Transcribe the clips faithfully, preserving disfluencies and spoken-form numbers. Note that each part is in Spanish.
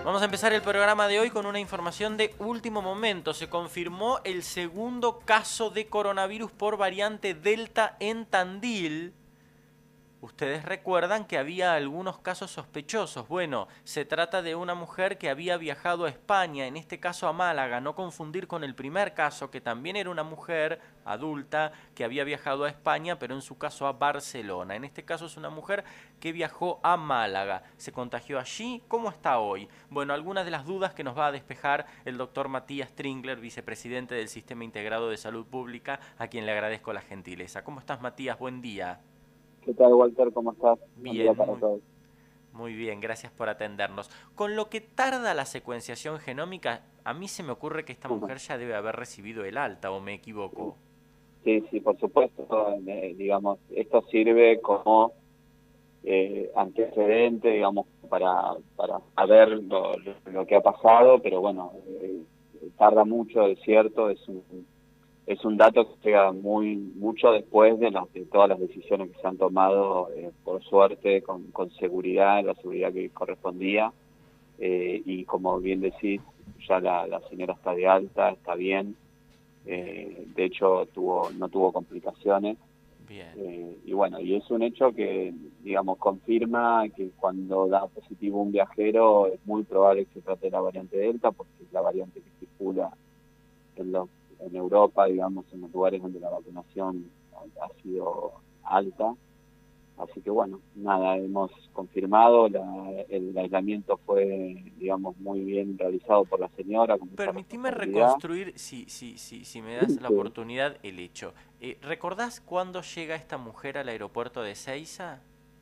Vamos a empezar el programa de hoy con una información de último momento. Se confirmó el segundo caso de coronavirus por variante Delta en Tandil. Ustedes recuerdan que había algunos casos sospechosos. Bueno, se trata de una mujer que había viajado a España, en este caso a Málaga, no confundir con el primer caso, que también era una mujer adulta que había viajado a España, pero en su caso a Barcelona. En este caso es una mujer que viajó a Málaga. Se contagió allí. ¿Cómo está hoy? Bueno, algunas de las dudas que nos va a despejar el doctor Matías Tringler, vicepresidente del Sistema Integrado de Salud Pública, a quien le agradezco la gentileza. ¿Cómo estás, Matías? Buen día. ¿Qué tal, Walter? ¿Cómo estás? Buen día Bien, para muy, todos. muy bien, gracias por atendernos. Con lo que tarda la secuenciación genómica, a mí se me ocurre que esta mujer ya debe haber recibido el alta, ¿o me equivoco? Sí, sí, por supuesto. Eh, digamos, esto sirve como eh, antecedente, digamos, para, para saber lo, lo, lo que ha pasado, pero bueno, eh, tarda mucho, es cierto, es un, es un dato que llega muy mucho después de, las, de todas las decisiones que se han tomado, eh, por suerte, con, con seguridad, la seguridad que correspondía. Eh, y como bien decís, ya la, la señora está de alta, está bien, Bien, eh, de hecho tuvo no tuvo complicaciones, bien. eh, y bueno, y es un hecho que, digamos, confirma que cuando da positivo un viajero es muy probable que se trate de la variante Delta, porque es la variante que circula en, los, en Europa, digamos, en los lugares donde la vacunación ha, ha sido alta. Así que bueno, nada, hemos confirmado, la, el aislamiento fue, digamos, muy bien realizado por la señora, con mucha Permitime responsabilidad. reconstruir, si, si, si, si me das la Sí. oportunidad, el hecho. Eh, ¿recordás cuándo llega esta mujer al aeropuerto de Seiza?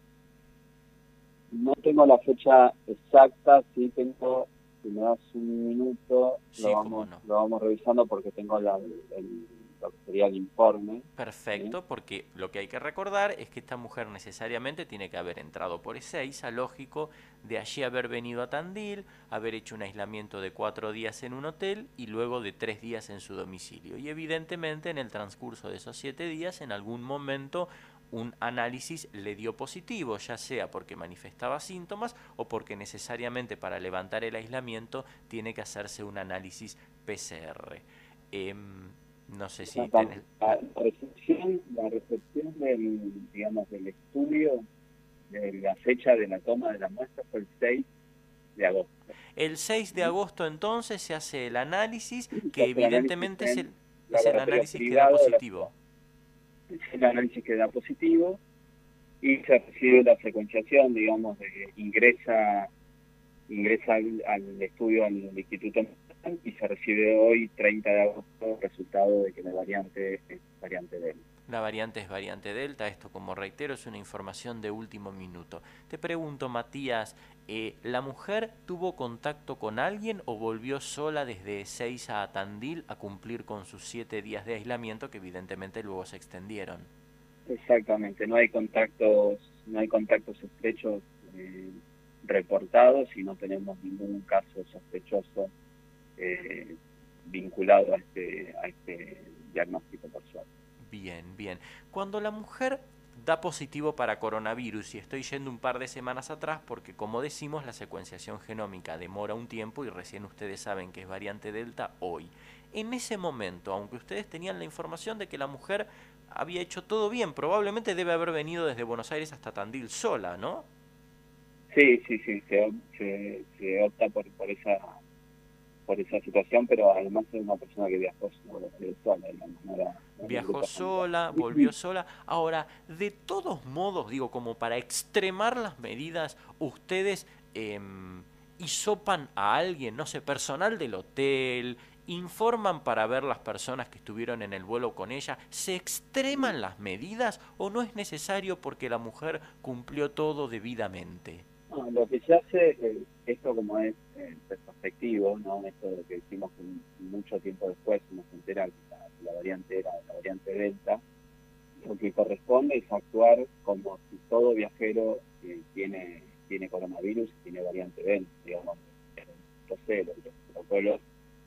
No tengo la fecha exacta, sí tengo, si me das un minuto, lo Sí, cómo vamos, no. lo vamos revisando porque tengo la, el, lo que sería el informe. ¿Sí? Perfecto, porque lo que hay que recordar es que esta mujer necesariamente tiene que haber entrado por Ezeiza, lógico, de allí haber venido a Tandil, haber hecho un aislamiento de cuatro días en un hotel y luego de tres días en su domicilio. Y evidentemente en el transcurso de esos siete días, en algún momento, un análisis le dio positivo, ya sea porque manifestaba síntomas o porque necesariamente para levantar el aislamiento tiene que hacerse un análisis P C R. Eh, no sé si La, tenés... la recepción, la recepción del, digamos, del estudio, de la fecha de la toma de la muestra fue el seis de agosto. El seis de ¿Sí? agosto entonces se hace el análisis, Se que hace el análisis evidentemente es en el, es el laboratorios análisis que da privados de la ciudad. positivo. El análisis que da positivo y se recibe la secuenciación, digamos, de ingresa ingresa al, al estudio al Instituto Nacional y se recibe hoy, treinta de agosto, el resultado de que la variante es variante Delta. La variante es variante Delta, esto como reitero es una información de último minuto. Te pregunto, Matías, eh, ¿la mujer tuvo contacto con alguien o volvió sola desde Ezeiza a Tandil a cumplir con sus siete días de aislamiento que evidentemente luego se extendieron? Exactamente, no hay contactos, no hay contactos estrechos eh, reportados y no tenemos ningún caso sospechoso eh, vinculado a este, a este diagnóstico, por suerte. Bien, bien. Cuando la mujer da positivo para coronavirus, y estoy yendo un par de semanas atrás porque como decimos la secuenciación genómica demora un tiempo y recién ustedes saben que es variante Delta hoy. En ese momento, aunque ustedes tenían la información de que la mujer había hecho todo bien, probablemente debe haber venido desde Buenos Aires hasta Tandil sola, ¿no? Sí, sí, sí, se, se, se opta por, por esa por esa situación, pero además es una persona que viajó sola, digamos, no era, no era un Viajó grupo familiar. sola, volvió sola. Ahora, de todos modos, digo, como para extremar las medidas, ustedes eh, hisopan a alguien, no sé, personal del hotel, informan para ver las personas que estuvieron en el vuelo con ella, ¿se extreman las medidas o no es necesario porque la mujer cumplió todo debidamente? No, lo que se hace, eh, esto como es eh, retrospectivo, ¿no? Esto de que decimos que mucho tiempo después nos entera que la, que la variante era la variante Delta, lo que corresponde es actuar como si todo viajero eh, tiene, tiene coronavirus, tiene variante Delta, digamos, entonces los protocolos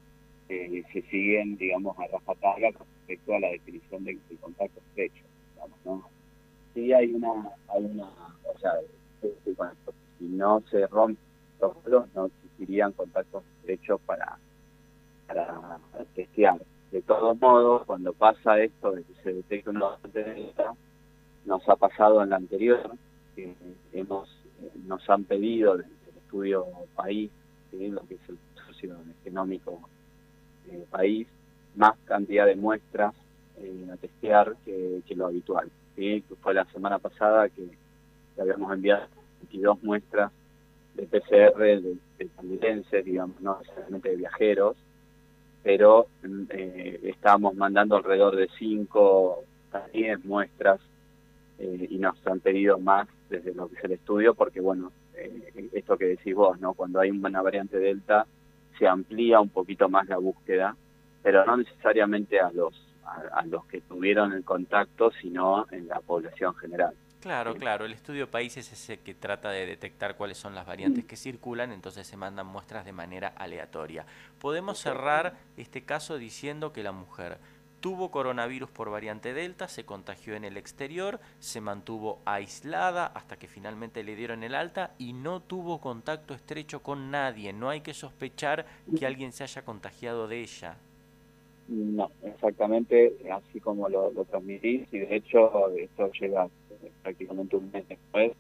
eh, se siguen, digamos, a rajatabla con respecto a la definición de, de contacto estrecho, digamos, ¿no? Sí hay una, hay una, o sea, si no se rompe los protocolos, no, existirían contactos estrechos para, para testear. De todos modos, cuando pasa esto de que se detecta una variante Delta, nos ha pasado en la anterior, que hemos, nos han pedido desde el estudio país, ¿sí? Lo que es el socio genómico eh, país, más cantidad de muestras eh, a testear que, que lo habitual. ¿Sí? Que fue la semana pasada que, que habíamos enviado veintidós muestras de P C R de, de tandilenses, digamos, no necesariamente de viajeros, pero eh, estábamos mandando alrededor de cinco a diez muestras eh, y nos han pedido más desde lo que es el estudio, porque bueno, eh, esto que decís vos, ¿no? Cuando hay una variante Delta se amplía un poquito más la búsqueda, pero no necesariamente a los a, a los que tuvieron el contacto, sino en la población general. Claro, ¿Sí? claro, el estudio país es ese que trata de detectar cuáles son las variantes que circulan, entonces se mandan muestras de manera aleatoria. Podemos cerrar este caso diciendo que la mujer tuvo coronavirus por variante Delta, se contagió en el exterior, se mantuvo aislada hasta que finalmente le dieron el alta y no tuvo contacto estrecho con nadie. No hay que sospechar que alguien se haya contagiado de ella. No, exactamente así como lo, lo transmitís, y de hecho esto llega prácticamente un mes después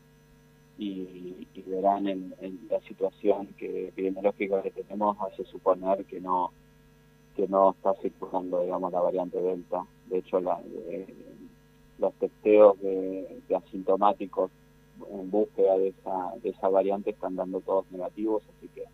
y, y verán en, en la situación que epidemiológica que tenemos hace suponer que no que no está circulando, digamos, la variante Delta. De hecho, la, eh, los testeos de, de asintomáticos en búsqueda de esa, de esa variante están dando todos negativos, así que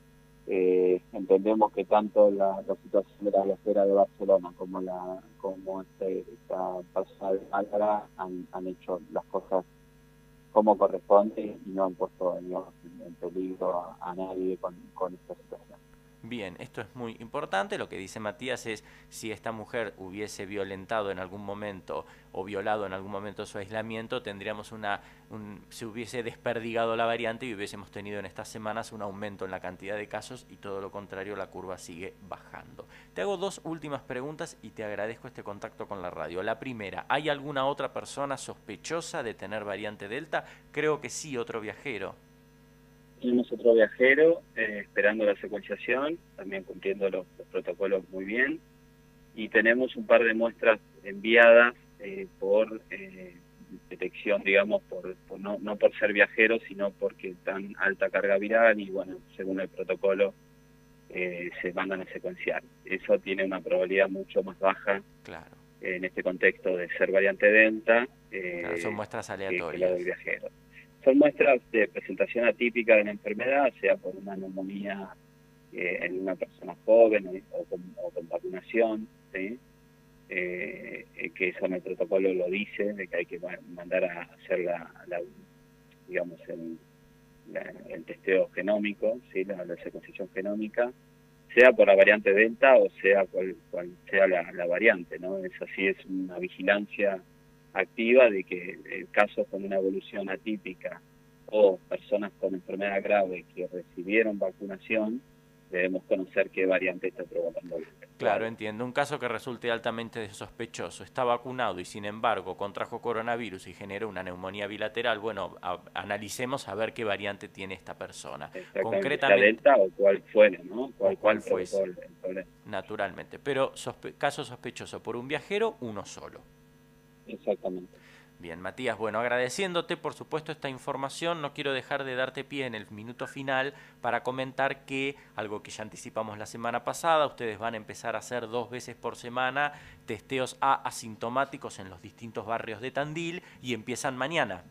Eh, entendemos que tanto la, la situación de la viajera de Barcelona como la como este, esta persona de Málaga han, han hecho las cosas como corresponde y no han puesto digamos, en peligro a, a nadie con, con esta situación. Bien, esto es muy importante. Lo que dice Matías es si esta mujer hubiese violentado en algún momento o violado en algún momento su aislamiento, tendríamos una, un, se hubiese desperdigado la variante y hubiésemos tenido en estas semanas un aumento en la cantidad de casos y todo lo contrario, la curva sigue bajando. Te hago dos últimas preguntas y te agradezco este contacto con la radio. La primera, ¿hay alguna otra persona sospechosa de tener variante Delta? Creo que sí, otro viajero. Tenemos otro viajero eh, esperando la secuenciación, también cumpliendo los, los protocolos muy bien, y tenemos un par de muestras enviadas eh, por eh, detección, digamos, por, por no, no por ser viajeros, sino porque están alta carga viral y, bueno, según el protocolo eh, se mandan a secuenciar. Eso tiene una probabilidad mucho más baja Claro. eh, en este contexto de ser variante Delta eh, Claro, son muestras aleatorias. que, que la del viajero. Son muestras de presentación atípica de la enfermedad, sea por una neumonía eh, en una persona joven o con, o con vacunación, ¿sí? eh, que eso en el protocolo lo dice, de que hay que mandar a hacer la, la digamos, el, la, el testeo genómico, ¿sí? la, la secuenciación genómica, sea por la variante Delta o sea cual, cual sea la, la variante, ¿no? Es así, es una vigilancia activa de que eh, casos con una evolución atípica o personas con enfermedad grave que recibieron vacunación, debemos conocer qué variante está provocando. Claro, entiendo. Un caso que resulte altamente sospechoso, está vacunado y sin embargo contrajo coronavirus y generó una neumonía bilateral, bueno, a, analicemos a ver qué variante tiene esta persona. Exactamente, la Delta o cual fuera, ¿no? Cual, o cual cual fuese, el, el problema. Naturalmente, pero sospe caso sospechoso por un viajero, uno solo. Exactamente. Bien, Matías, bueno, agradeciéndote por supuesto esta información, no quiero dejar de darte pie en el minuto final para comentar que, algo que ya anticipamos la semana pasada, ustedes van a empezar a hacer dos veces por semana testeos a asintomáticos en los distintos barrios de Tandil y empiezan mañana.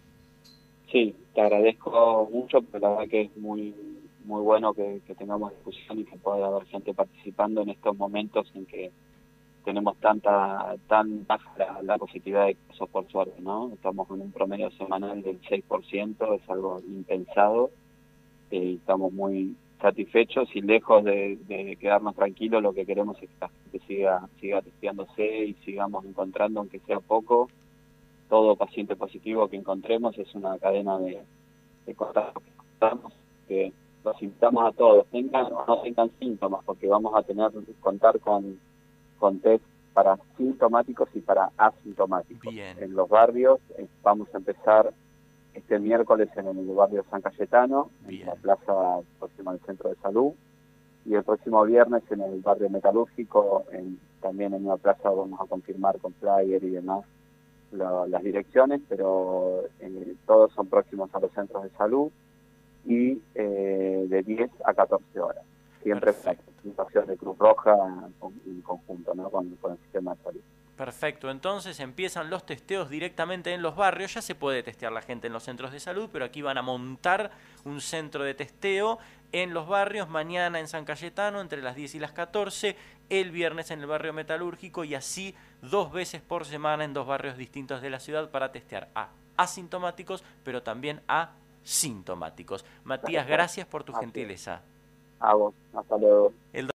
Sí, te agradezco mucho, pero la verdad que es muy muy bueno que, que tengamos discusión y que pueda haber gente participando en estos momentos en que tenemos tanta tan baja la, la positividad de casos por suerte, ¿no? Estamos en un promedio semanal del seis por ciento, es algo impensado, eh, y estamos muy satisfechos y lejos de, de quedarnos tranquilos, lo que queremos es que la gente siga, siga testeándose y sigamos encontrando, aunque sea poco, todo paciente positivo que encontremos es una cadena de, de contactos que encontramos, que los invitamos a todos, tengan o no tengan síntomas, porque vamos a tener que contar con con test para sintomáticos y para asintomáticos. Bien. En los barrios eh, vamos a empezar este miércoles en el barrio San Cayetano, Bien. en la plaza próxima al centro de salud, y el próximo viernes en el barrio Metalúrgico, en, también en una plaza vamos a confirmar con flyer y demás la, las direcciones, pero eh, todos son próximos a los centros de salud y eh, de diez a catorce horas. Siempre con la participación de Cruz Roja en conjunto, ¿no? con, con el sistema de salud. Perfecto, entonces empiezan los testeos directamente en los barrios. Ya se puede testear la gente en los centros de salud, pero aquí van a montar un centro de testeo en los barrios, mañana en San Cayetano entre las diez y las catorce, el viernes en el barrio Metalúrgico y así dos veces por semana en dos barrios distintos de la ciudad para testear a asintomáticos, pero también a sintomáticos. Matías, gracias por tu gentileza. A vos, hasta luego. El